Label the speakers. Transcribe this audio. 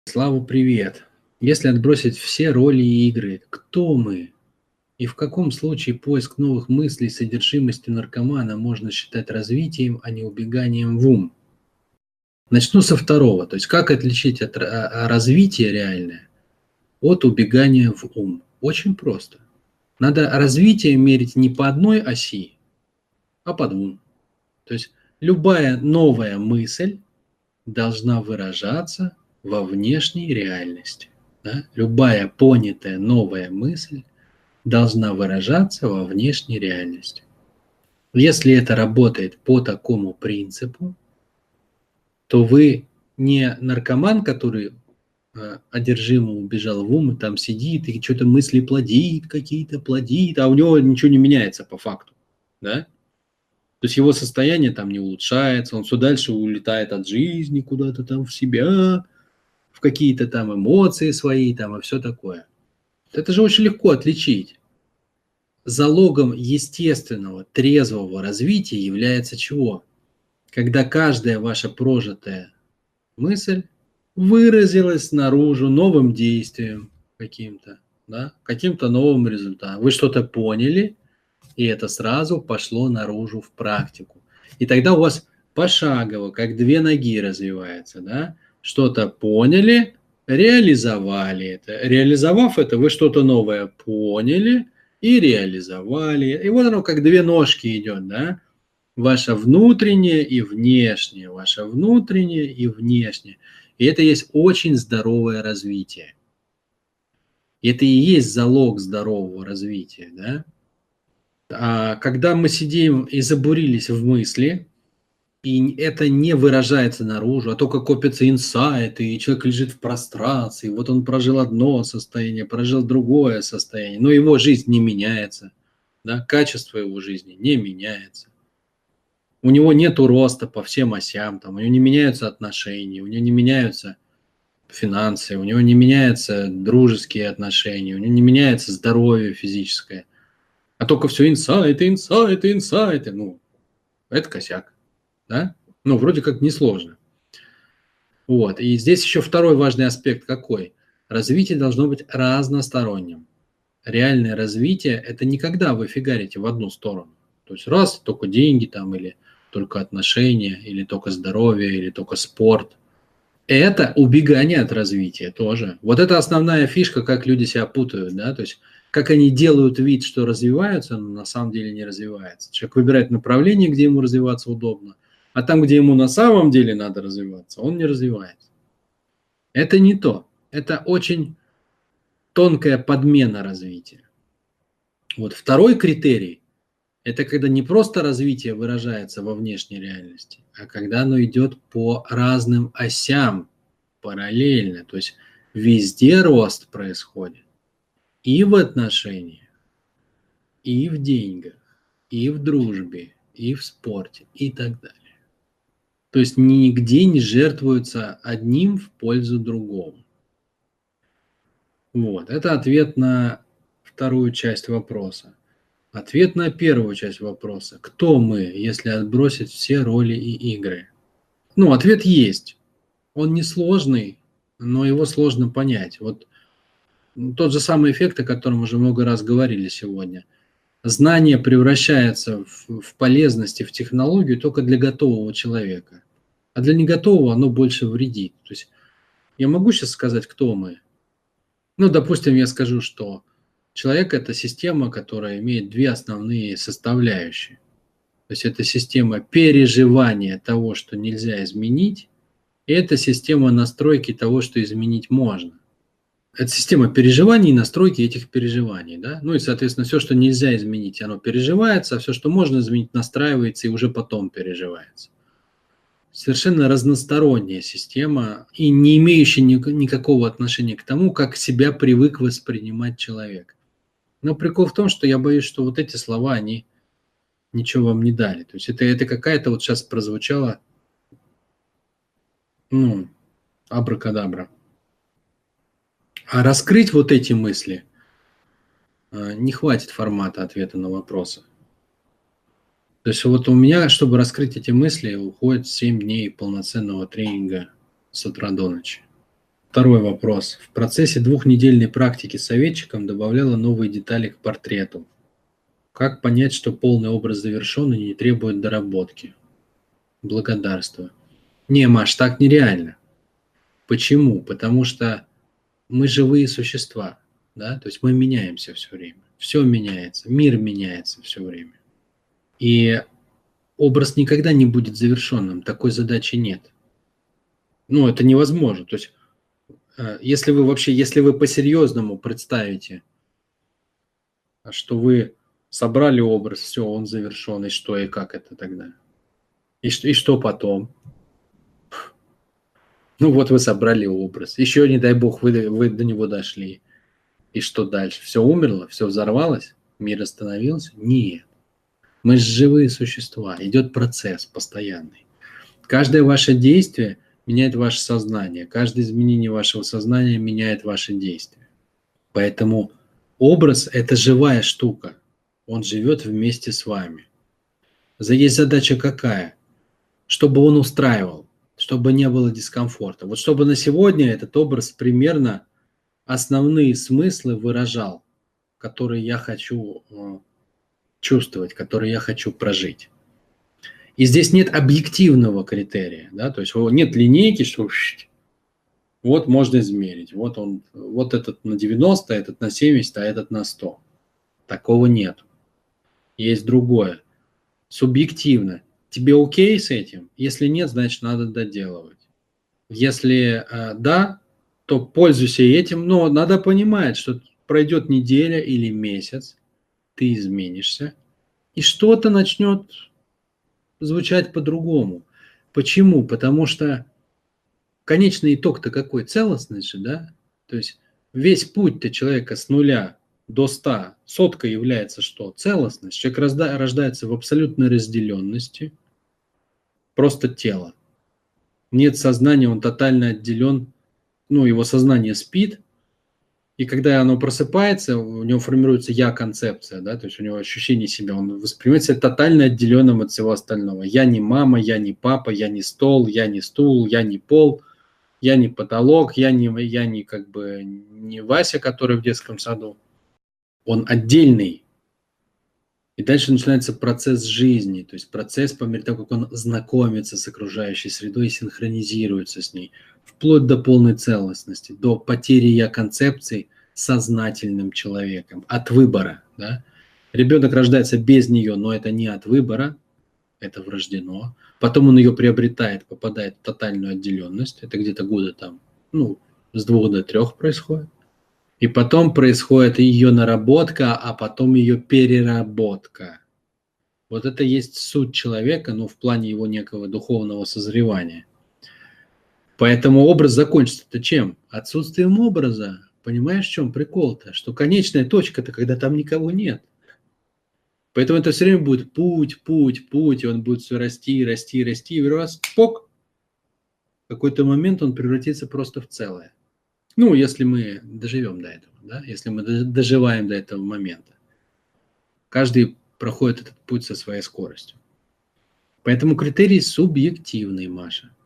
Speaker 1: Слава, привет! Если отбросить все роли и игры, кто мы? И в каком случае поиск новых мыслей с содержимостью наркомана можно считать развитием, а не убеганием в ум? Начну со второго. То есть как отличить развитие реальное от убегания в ум? Очень просто. Надо развитие мерить не по одной оси, а по двум. То есть любая новая мысль должна выражаться во внешней реальности. Да? Любая понятая новая мысль должна выражаться во внешней реальности. Если это работает по такому принципу, то вы не наркоман, который одержимо убежал в ум и там сидит и что-то мысли плодит, какие-то плодит, а у него ничего не меняется по факту. Да? То есть его состояние там не улучшается, он все дальше улетает от жизни куда-то там в себя, в какие-то там эмоции свои там и все такое. Это же очень легко отличить. Залогом естественного, трезвого развития является чего? Когда каждая ваша прожитая мысль выразилась наружу новым действием каким-то, да, каким-то новым результатом. Вы что-то поняли, и это сразу пошло наружу в практику. И тогда у вас пошагово, как две ноги развивается, да, что-то поняли, реализовали это. Реализовав это, вы что-то новое поняли и реализовали. И вот оно как две ножки идет, да, ваше внутреннее и внешнее, ваше внутреннее и внешнее. И это есть очень здоровое развитие. Это и есть залог здорового развития, да. А когда мы сидим и забурились в мысли, и это не выражается наружу, а только копятся инсайты, и человек лежит в прострации, вот он прожил одно состояние, прожил другое состояние, но его жизнь не меняется, да, качество его жизни не меняется. У него нет роста по всем осям, там, у него не меняются отношения, у него не меняются финансы, у него не меняются дружеские отношения, у него не меняется здоровье физическое. А только все инсайты, инсайты, инсайты. Ну, это косяк, да? Ну, вроде как несложно. Вот. И здесь еще второй важный аспект какой? Развитие должно быть разносторонним. Реальное развитие – это не когда вы фигарите в одну сторону. То есть раз, только деньги там, или только отношения, или только здоровье, или только спорт. Это убегание от развития тоже. Вот это основная фишка, как люди себя путают, да, то есть как они делают вид, что развиваются, но на самом деле не развиваются. Человек выбирает направление, где ему развиваться удобно, а там, где ему на самом деле надо развиваться, он не развивается. Это не то. Это очень тонкая подмена развития. Вот второй критерий – это когда не просто развитие выражается во внешней реальности, а когда оно идет по разным осям параллельно. То есть везде рост происходит. И в отношениях, и в деньгах, и в дружбе, и в спорте, и так далее. То есть нигде не жертвуется одним в пользу другого. Вот, это ответ на вторую часть вопроса. Ответ на первую часть вопроса. Кто мы, если отбросить все роли и игры? Ну, ответ есть. Он несложный, но его сложно понять. Вот тот же самый эффект, о котором уже много раз говорили сегодня. Знание превращается в полезность и в технологию только для готового человека. А для неготового оно больше вредит. То есть я могу сейчас сказать, кто мы? Ну, допустим, я скажу, что человек – это система, которая имеет две основные составляющие. То есть это система переживания того, что нельзя изменить, и это система настройки того, что изменить можно. Это система переживаний и настройки этих переживаний. Да? Ну и, соответственно, все, что нельзя изменить, оно переживается, а все, что можно изменить, настраивается и уже потом переживается. Совершенно разносторонняя система и не имеющая никакого отношения к тому, как себя привык воспринимать человек. Но прикол в том, что я боюсь, что вот эти слова, они ничего вам не дали. То есть это какая-то вот сейчас прозвучала, ну, абракадабра. А раскрыть вот эти мысли не хватит формата ответа на вопросы. То есть вот у меня, чтобы раскрыть эти мысли, уходит 7 дней полноценного тренинга с утра до ночи. Второй вопрос. В процессе двухнедельной практики с советчиком добавляла новые детали к портрету. Как понять, что полный образ завершен и не требует доработки? Благодарствую. Не, Маш, так нереально. Почему? Потому что мы живые существа, да, то есть мы меняемся все время. Все меняется, мир меняется все время. И образ никогда не будет завершенным, такой задачи нет. Ну, это невозможно. То есть, если вы вообще, если вы по-серьезному представите, что вы собрали образ, все, он завершен, и что, и как это тогда? И что потом? Ну вот вы собрали образ. Еще, не дай бог, вы до него дошли. И что дальше? Все умерло? Все взорвалось? Мир остановился? Нет. Мы же живые существа. Идет процесс постоянный. Каждое ваше действие меняет ваше сознание. Каждое изменение вашего сознания меняет ваши действия. Поэтому образ – это живая штука. Он живет вместе с вами. Есть задача какая? Чтобы он устраивал, чтобы не было дискомфорта. Вот чтобы на сегодня этот образ примерно основные смыслы выражал, которые я хочу чувствовать, которые я хочу прожить. И здесь нет объективного критерия, да, то есть нет линейки, что вот можно измерить, вот он, вот этот на 90, этот на 70, а этот на 100. Такого нет. Есть другое. Субъективно. Тебе окей с этим? Если нет, значит надо доделывать. Если да, то пользуйся этим, но надо понимать, что пройдет неделя или месяц, ты изменишься, и что-то начнет звучать по-другому. Почему? Потому что конечный итог-то какой? Целостность же, да? То есть весь путь-то человека с нуля до 100, сотка является что? Целостность. Человек рождается в абсолютной разделенности, просто тело. Нет сознания, он тотально отделен, ну, его сознание спит, и когда оно просыпается, у него формируется я-концепция, да, то есть у него ощущение себя, он воспринимает себя тотально отделенным от всего остального. Я не мама, я не папа, я не стол, я не стул, я не пол, я не потолок, я не как бы не Вася, который в детском саду. Он отдельный. И дальше начинается процесс жизни, то есть процесс по мере того, как он знакомится с окружающей средой и синхронизируется с ней, вплоть до полной целостности, до потери я-концепции сознательным человеком, от выбора. Да? Ребенок рождается без нее, но это не от выбора, это врождено. Потом он ее приобретает, попадает в тотальную отделенность, это где-то года там, ну, с 2 до 3 происходит. И потом происходит ее наработка, а потом ее переработка. Вот это есть суть человека, ну, в плане его некого духовного созревания. Поэтому образ закончится-то чем? Отсутствием образа. Понимаешь, в чем прикол-то? Что конечная точка-то, когда там никого нет. Поэтому это все время будет путь, и он будет все расти, расти, расти, и раз, пок, в какой-то момент он превратится просто в целое. Ну, если мы доживем до этого, да, если мы доживаем до этого момента. Каждый проходит этот путь со своей скоростью. Поэтому критерий субъективный, Маша.